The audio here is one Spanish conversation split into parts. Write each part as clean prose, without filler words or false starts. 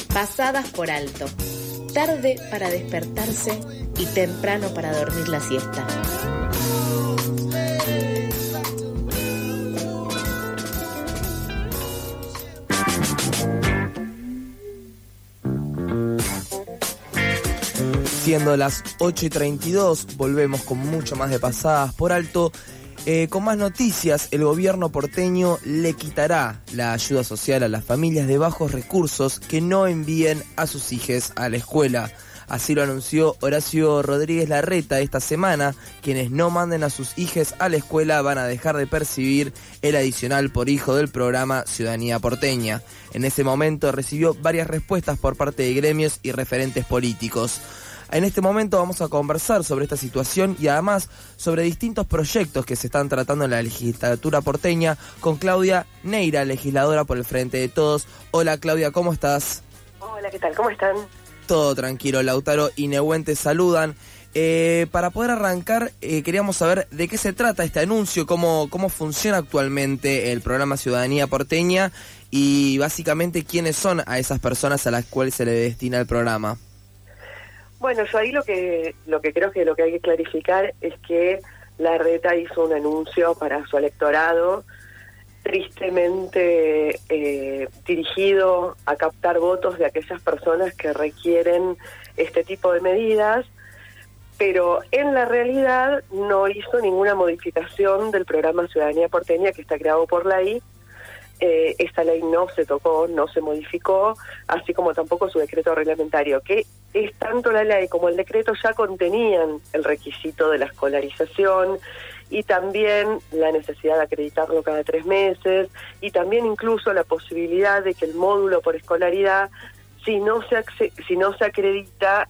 pasadas por alto, tarde para despertarse y temprano para dormir la siesta. Siendo las 8:32, volvemos con mucho más de pasadas por alto. Con más noticias, el gobierno porteño le quitará la ayuda social a las familias de bajos recursos que no envíen a sus hijos a la escuela. Así lo anunció Horacio Rodríguez Larreta esta semana. Quienes no manden a sus hijos a la escuela van a dejar de percibir el adicional por hijo del programa Ciudadanía Porteña. En ese momento recibió varias respuestas por parte de gremios y referentes políticos. En este momento vamos a conversar sobre esta situación y además sobre distintos proyectos que se están tratando en la legislatura porteña con Claudia Neira, legisladora por el Frente de Todos. Hola Claudia, ¿cómo estás? Hola, ¿qué tal? ¿Cómo están? Todo tranquilo, Lautaro y Nehuen te saludan. Para poder arrancar, queríamos saber de qué se trata este anuncio, cómo funciona actualmente el programa Ciudadanía Porteña y básicamente quiénes son a esas personas a las cuales se le destina el programa. Bueno, yo ahí lo que creo que lo que hay que clarificar es que Larreta hizo un anuncio para su electorado tristemente dirigido a captar votos de aquellas personas que requieren este tipo de medidas, pero en la realidad no hizo ninguna modificación del programa Ciudadanía Porteña que está creado por ley. Esta ley no se tocó, no se modificó, así como tampoco su decreto reglamentario, que es tanto la ley como el decreto ya contenían el requisito de la escolarización y también la necesidad de acreditarlo cada 3 meses y también incluso la posibilidad de que el módulo por escolaridad, si no se acredita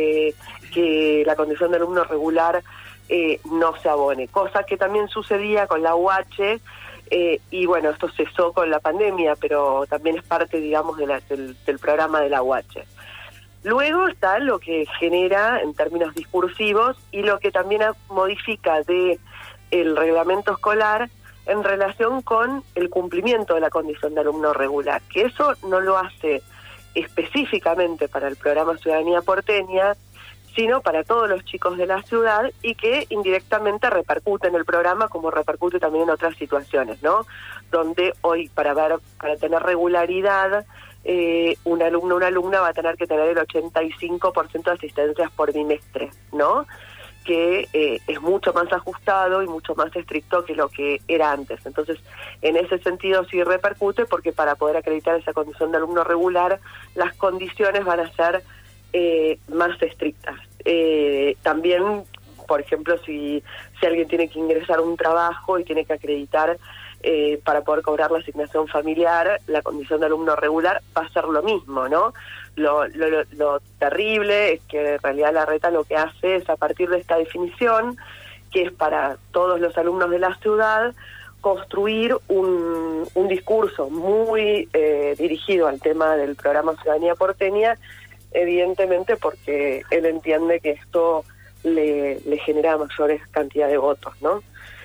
que la condición de alumno regular no se abone, cosa que también sucedía con la UH. Y bueno, esto cesó con la pandemia, pero también es parte, digamos, del programa de la UH. Luego está lo que genera en términos discursivos y lo que también modifica de el reglamento escolar en relación con el cumplimiento de la condición de alumno regular, que eso no lo hace específicamente para el programa Ciudadanía Porteña, sino para todos los chicos de la ciudad y que indirectamente repercute en el programa como repercute también en otras situaciones, ¿no? Donde hoy para tener regularidad un alumno o una alumna va a tener que tener el 85% de asistencias por bimestre, ¿no? Que es mucho más ajustado y mucho más estricto que lo que era antes. Entonces, en ese sentido sí repercute porque para poder acreditar esa condición de alumno regular, las condiciones van a ser más estrictas. También, por ejemplo, si alguien tiene que ingresar a un trabajo y tiene que acreditar para poder cobrar la asignación familiar, la condición de alumno regular va a ser lo mismo, ¿no? Lo terrible es que en realidad Larreta lo que hace es, a partir de esta definición, que es para todos los alumnos de la ciudad, construir un discurso muy dirigido al tema del programa Ciudadanía Porteña, evidentemente porque él entiende que esto le genera mayores cantidad de votos, ¿no?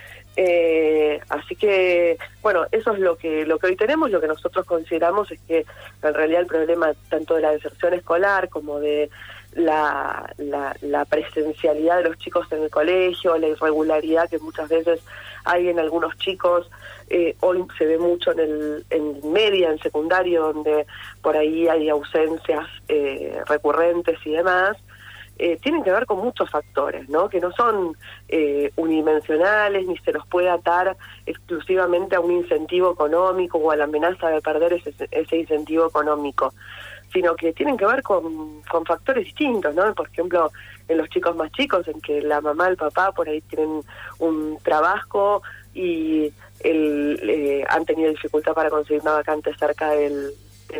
Así que, bueno, eso es lo que hoy tenemos. Lo que nosotros consideramos es que en realidad el problema tanto de la deserción escolar como de la presencialidad de los chicos en el colegio, la irregularidad que muchas veces hay en algunos chicos, hoy se ve mucho en media, en secundario, donde por ahí hay ausencias recurrentes y demás, tienen que ver con muchos factores, ¿no? Que no son unidimensionales, ni se los puede atar exclusivamente a un incentivo económico o a la amenaza de perder ese incentivo económico, sino que tienen que ver con factores distintos, ¿no? Por ejemplo, en los chicos más chicos, en que la mamá, el papá por ahí tienen un trabajo y han tenido dificultad para conseguir una vacante cerca del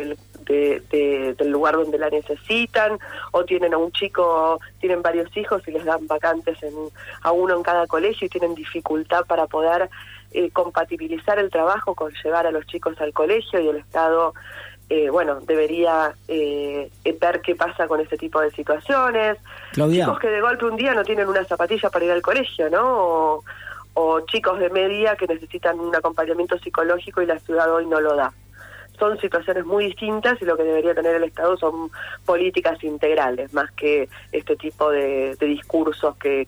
lugar donde la necesitan, o tienen a un chico, tienen varios hijos y les dan vacantes a uno en cada colegio y tienen dificultad para poder compatibilizar el trabajo con llevar a los chicos al colegio, y el Estado debería ver qué pasa con este tipo de situaciones. Claudia. Chicos que de golpe un día no tienen una zapatilla para ir al colegio, ¿no? O chicos de media que necesitan un acompañamiento psicológico y la ciudad hoy no lo da. son situaciones muy distintas y lo que debería tener el Estado son políticas integrales, más que este tipo de discursos que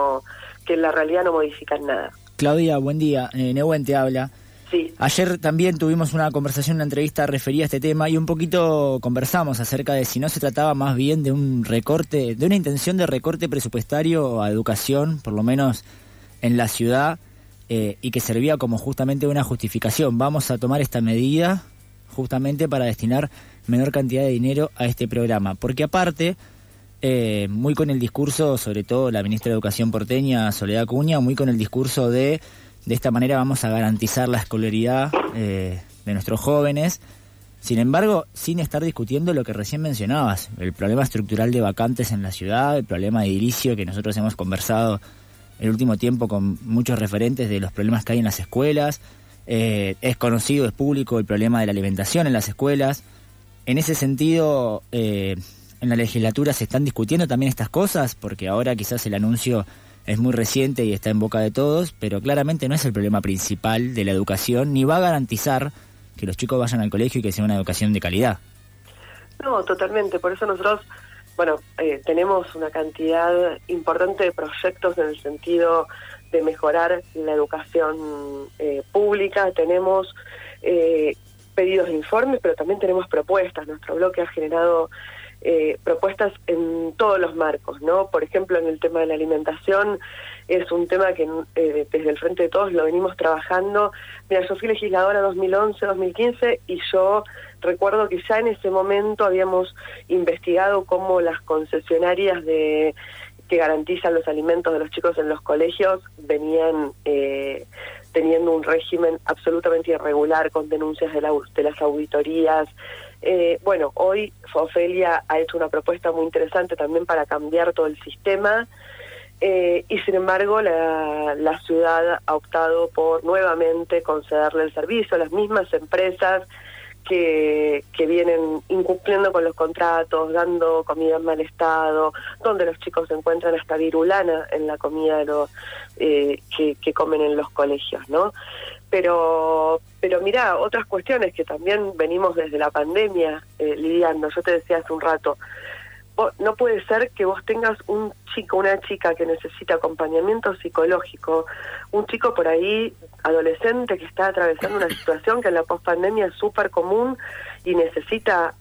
en la realidad no modifican nada. Claudia, buen día. Nehuen te habla. Sí. Ayer también tuvimos una conversación, una entrevista referida a este tema y un poquito conversamos acerca de si no se trataba más bien de un recorte, de una intención de recorte presupuestario a educación, por lo menos en la ciudad, y que servía como justamente una justificación. Vamos a tomar esta medida justamente para destinar menor cantidad de dinero a este programa. Porque aparte, muy con el discurso, sobre todo la ministra de Educación porteña, Soledad Acuña, muy con el discurso de esta manera vamos a garantizar la escolaridad de nuestros jóvenes. Sin embargo, sin estar discutiendo lo que recién mencionabas, el problema estructural de vacantes en la ciudad, el problema de edilicio que nosotros hemos conversado el último tiempo con muchos referentes de los problemas que hay en las escuelas. Es conocido, es público el problema de la alimentación en las escuelas. En ese sentido, en la legislatura se están discutiendo también estas cosas, porque ahora quizás el anuncio es muy reciente y está en boca de todos, pero claramente no es el problema principal de la educación, ni va a garantizar que los chicos vayan al colegio y que sea una educación de calidad. No, totalmente. Por eso nosotros, tenemos una cantidad importante de proyectos en el sentido de mejorar la educación pública. Tenemos pedidos de informes, pero también tenemos propuestas. Nuestro bloque ha generado propuestas en todos los marcos, ¿no? Por ejemplo, en el tema de la alimentación, es un tema que desde el Frente de Todos lo venimos trabajando. Mira, yo fui legisladora 2011-2015 y yo recuerdo que ya en ese momento habíamos investigado cómo las concesionarias que garantizan los alimentos de los chicos en los colegios venían teniendo un régimen absolutamente irregular, con denuncias de las auditorías. Hoy Ofelia ha hecho una propuesta muy interesante también para cambiar todo el sistema, y sin embargo la ciudad ha optado por nuevamente concederle el servicio a las mismas empresas que vienen incumpliendo con los contratos, dando comida en mal estado, donde los chicos se encuentran hasta virulana en la comida que comen en los colegios, ¿no? Pero mirá, otras cuestiones que también venimos desde la pandemia lidiando. Yo te decía hace un rato, no puede ser que vos tengas un chico, una chica que necesita acompañamiento psicológico, un chico por ahí, adolescente, que está atravesando una situación que en la pospandemia es súper común y necesita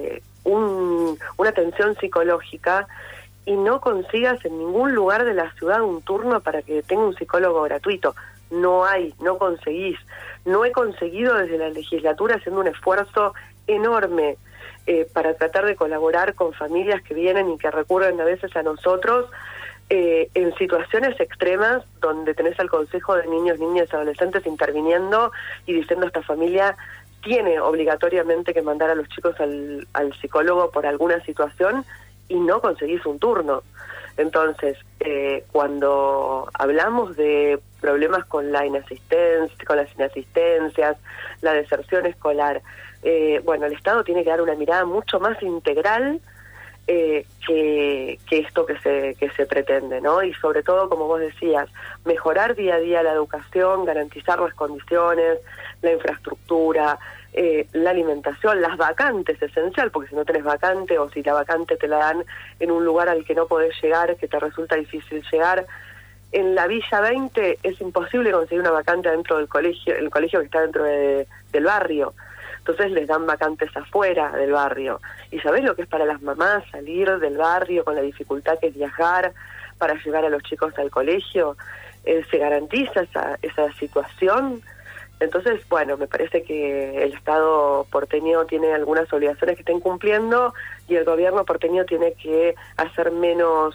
una atención psicológica, y no consigas en ningún lugar de la ciudad un turno para que tenga un psicólogo gratuito. No hay, no conseguís. No he conseguido desde la legislatura, haciendo un esfuerzo enorme para tratar de colaborar con familias que vienen y que recurren a veces a nosotros en situaciones extremas, donde tenés al Consejo de Niños, Niñas y Adolescentes interviniendo y diciendo esta familia tiene obligatoriamente que mandar a los chicos al psicólogo por alguna situación, y no conseguís un turno. Entonces, cuando hablamos de problemas con la inasistencia, con las inasistencias, la deserción escolar, el Estado tiene que dar una mirada mucho más integral que esto que se pretende, ¿no? Y sobre todo, como vos decías, mejorar día a día la educación, garantizar las condiciones, la infraestructura, la alimentación, las vacantes, esencial, porque si no tenés vacante, o si la vacante te la dan en un lugar al que no podés llegar, que te resulta difícil llegar. En la Villa 20 es imposible conseguir una vacante dentro del colegio, el colegio que está dentro del barrio. Entonces les dan vacantes afuera del barrio. ¿Y sabés lo que es para las mamás salir del barrio con la dificultad que es viajar para llevar a los chicos al colegio? ¿Se garantiza esa situación? Entonces, me parece que el Estado porteño tiene algunas obligaciones que está incumpliendo, y el gobierno porteño tiene que hacer menos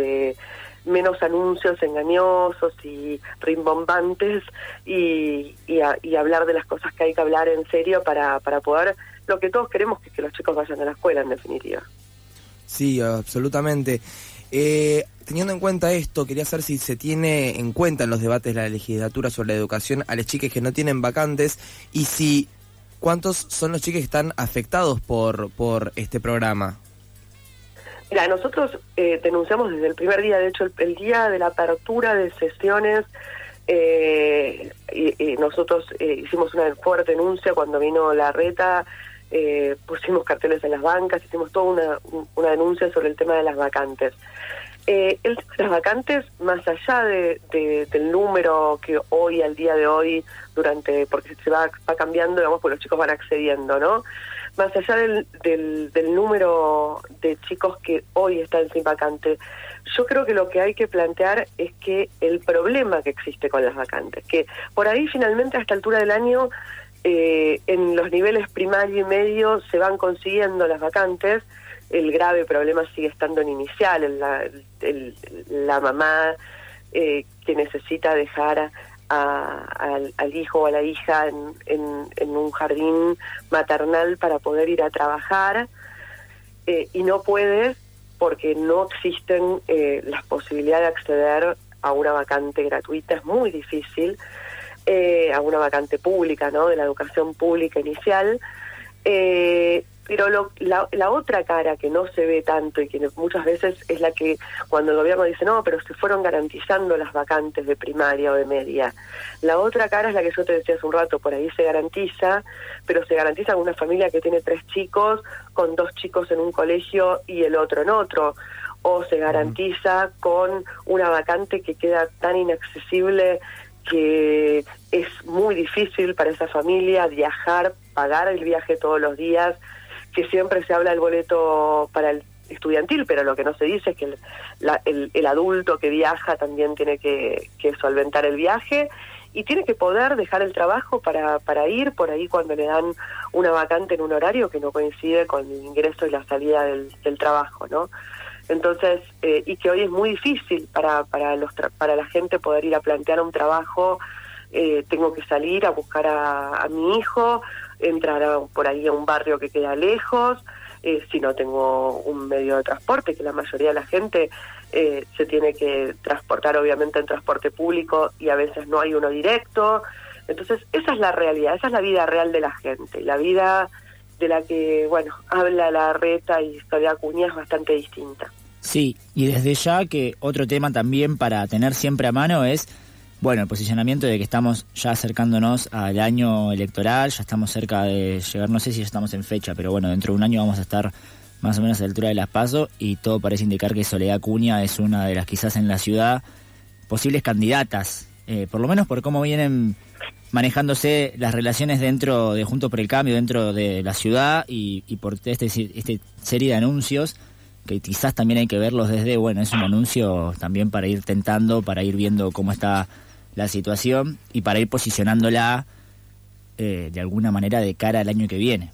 anuncios engañosos y rimbombantes y hablar de las cosas que hay que hablar en serio para poder, lo que todos queremos, que los chicos vayan a la escuela, en definitiva. Sí, absolutamente. Teniendo en cuenta esto, quería saber si se tiene en cuenta en los debates de la legislatura sobre la educación a las chicas que no tienen vacantes, y cuántos son los chicos que están afectados por este programa. Mira, nosotros denunciamos desde el primer día, de hecho el día de la apertura de sesiones y nosotros hicimos una fuerte denuncia cuando vino Larreta, pusimos carteles en las bancas, hicimos toda una denuncia sobre el tema de las vacantes. El tema de las vacantes, más allá del número que hoy, al día de hoy, porque se va cambiando, digamos, porque los chicos van accediendo, ¿no? Más allá del número de chicos que hoy están sin vacante, yo creo que lo que hay que plantear es que el problema que existe con las vacantes, que por ahí finalmente a esta altura del año, en los niveles primario y medio se van consiguiendo las vacantes. El grave problema sigue estando en inicial, en la mamá que necesita dejar al hijo o a la hija en un jardín maternal para poder ir a trabajar, y no puede porque no existen las posibilidades de acceder a una vacante gratuita. Es muy difícil, a una vacante pública, ¿no?, de la educación pública inicial. Pero la otra cara que no se ve tanto y que muchas veces es la que cuando el gobierno dice no, pero se fueron garantizando las vacantes de primaria o de media. La otra cara es la que yo te decía hace un rato, por ahí se garantiza, pero se garantiza con una familia que tiene 3 chicos, con 2 chicos en un colegio y el otro en otro. O se garantiza con una vacante que queda tan inaccesible que es muy difícil para esa familia viajar, pagar el viaje todos los días, que siempre se habla del boleto para el estudiantil, pero lo que no se dice es que el adulto que viaja también tiene que solventar el viaje y tiene que poder dejar el trabajo para ir por ahí cuando le dan una vacante en un horario que no coincide con el ingreso y la salida del trabajo, ¿no? Entonces, y que hoy es muy difícil para la gente poder ir a plantear un trabajo. Tengo que salir a buscar a mi hijo, entrar por ahí a un barrio que queda lejos, si no tengo un medio de transporte, que la mayoría de la gente se tiene que transportar obviamente en transporte público y a veces no hay uno directo. Entonces esa es la realidad, esa es la vida real de la gente, la vida de la que, bueno, habla Larreta y Soledad Acuña es bastante distinta. Sí, y desde ya que otro tema también para tener siempre a mano es, bueno, el posicionamiento de que estamos ya acercándonos al año electoral, ya estamos cerca de llegar, no sé si ya estamos en fecha, pero bueno, dentro de un año vamos a estar más o menos a la altura de las PASO y todo parece indicar que Soledad Acuña es una de las quizás en la ciudad posibles candidatas, por lo menos por cómo vienen manejándose las relaciones dentro de Juntos por el Cambio, dentro de la ciudad y por esta serie de anuncios que quizás también hay que verlos desde, bueno, es un anuncio también para ir tentando, para ir viendo cómo está la situación y para ir posicionándola de alguna manera de cara al año que viene.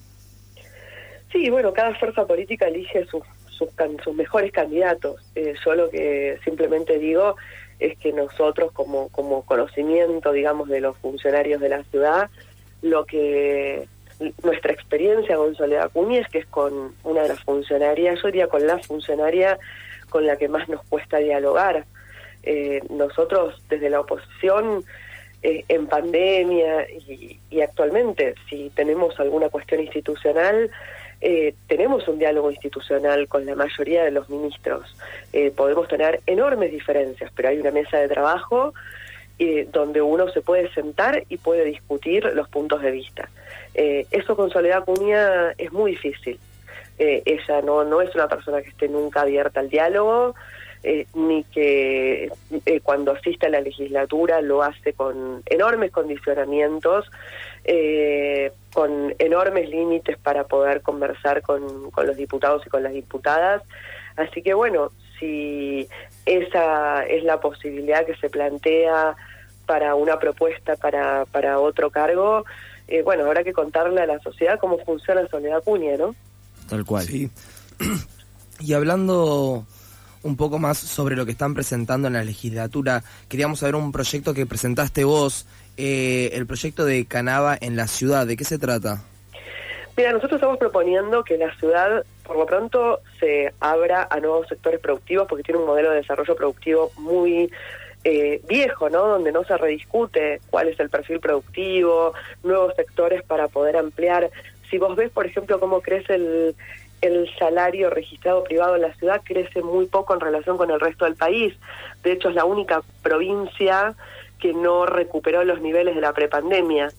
Sí, bueno, cada fuerza política elige sus mejores candidatos. Yo lo que simplemente digo es que nosotros como conocimiento, digamos, de los funcionarios de la ciudad, nuestra experiencia con Soledad Acuña es que es con una de las funcionarias, yo diría con la funcionaria con la que más nos cuesta dialogar. Nosotros desde la oposición, en pandemia y actualmente, si tenemos alguna cuestión institucional, tenemos un diálogo institucional con la mayoría de los ministros. Podemos tener enormes diferencias, pero hay una mesa de trabajo donde uno se puede sentar y puede discutir los puntos de vista. Eso con Soledad Acuña es muy difícil. Ella no es una persona que esté nunca abierta al diálogo, ni que cuando asiste a la legislatura lo hace con enormes condicionamientos, con enormes límites para poder conversar con los diputados y con las diputadas. Así que bueno, si esa es la posibilidad que se plantea para una propuesta para otro cargo, bueno, habrá que contarle a la sociedad cómo funciona Soledad Acuña, ¿no? Tal cual. Sí. Y hablando un poco más sobre lo que están presentando en la legislatura, queríamos saber un proyecto que presentaste vos, el proyecto de Canava en la ciudad. ¿De qué se trata? Mira, nosotros estamos proponiendo que la ciudad, por lo pronto, se abra a nuevos sectores productivos, porque tiene un modelo de desarrollo productivo muy viejo, ¿no? Donde no se rediscute cuál es el perfil productivo, nuevos sectores para poder ampliar. Si vos ves, por ejemplo, cómo crece el salario registrado privado en la ciudad, crece muy poco en relación con el resto del país. De hecho, es la única provincia que no recuperó los niveles de la prepandemia.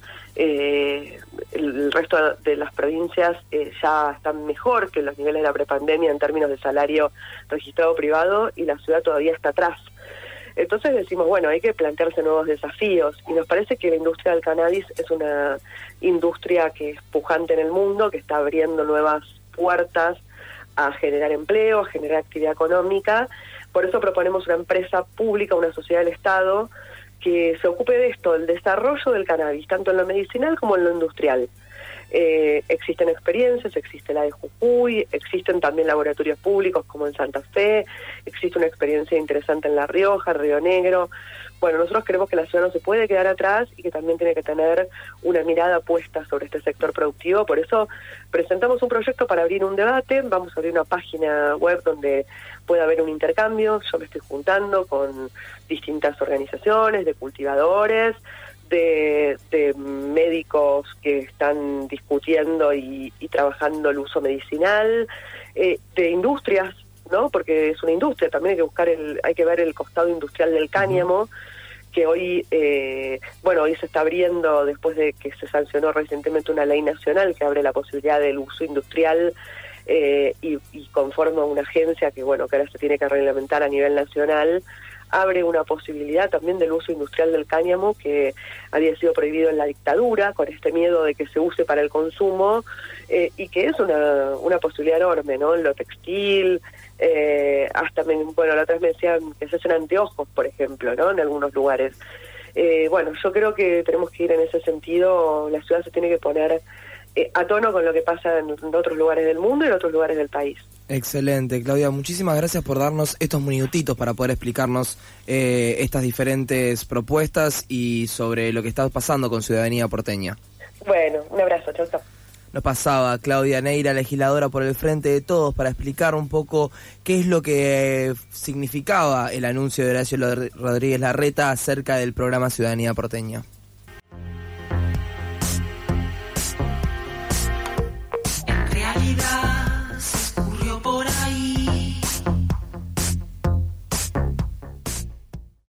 El resto de las provincias ya están mejor que los niveles de la prepandemia en términos de salario registrado privado, y la ciudad todavía está atrás. Entonces decimos, bueno, hay que plantearse nuevos desafíos, y nos parece que la industria del cannabis es una industria que es pujante en el mundo, que está abriendo nuevas puertas a generar empleo, a generar actividad económica. Por eso proponemos una empresa pública, una sociedad del Estado, que se ocupe de esto, el desarrollo del cannabis, tanto en lo medicinal como en lo industrial. Existen experiencias, existe la de Jujuy, existen también laboratorios públicos como en Santa Fe, existe una experiencia interesante en La Rioja, Río Negro. Bueno, nosotros creemos que la ciudad no se puede quedar atrás y que también tiene que tener una mirada puesta sobre este sector productivo. Por eso presentamos un proyecto para abrir un debate. Vamos a abrir una página web donde pueda haber un intercambio. Yo me estoy juntando con distintas organizaciones de cultivadores, de médicos que están discutiendo y trabajando el uso medicinal, de industrias, ¿no? Porque es una industria, también hay que ver el costado industrial del cáñamo, que hoy, hoy se está abriendo después de que se sancionó recientemente una ley nacional que abre la posibilidad del uso industrial, y conforma una agencia que ahora se tiene que reglamentar a nivel nacional. Abre una posibilidad también del uso industrial del cáñamo, que había sido prohibido en la dictadura, con este miedo de que se use para el consumo, y que es una posibilidad enorme, ¿no? En lo textil, hasta, la otra vez me decían que se hacen anteojos, por ejemplo, ¿no? En algunos lugares. Yo creo que tenemos que ir en ese sentido. La ciudad se tiene que poner a tono con lo que pasa en otros lugares del mundo y en otros lugares del país. Excelente, Claudia, muchísimas gracias por darnos estos minutitos para poder explicarnos estas diferentes propuestas y sobre lo que está pasando con Ciudadanía Porteña. Bueno, un abrazo, chau, chau. Nos pasaba Claudia Neira, legisladora por el Frente de Todos, para explicar un poco qué es lo que significaba el anuncio de Horacio Rodríguez Larreta acerca del programa Ciudadanía Porteña.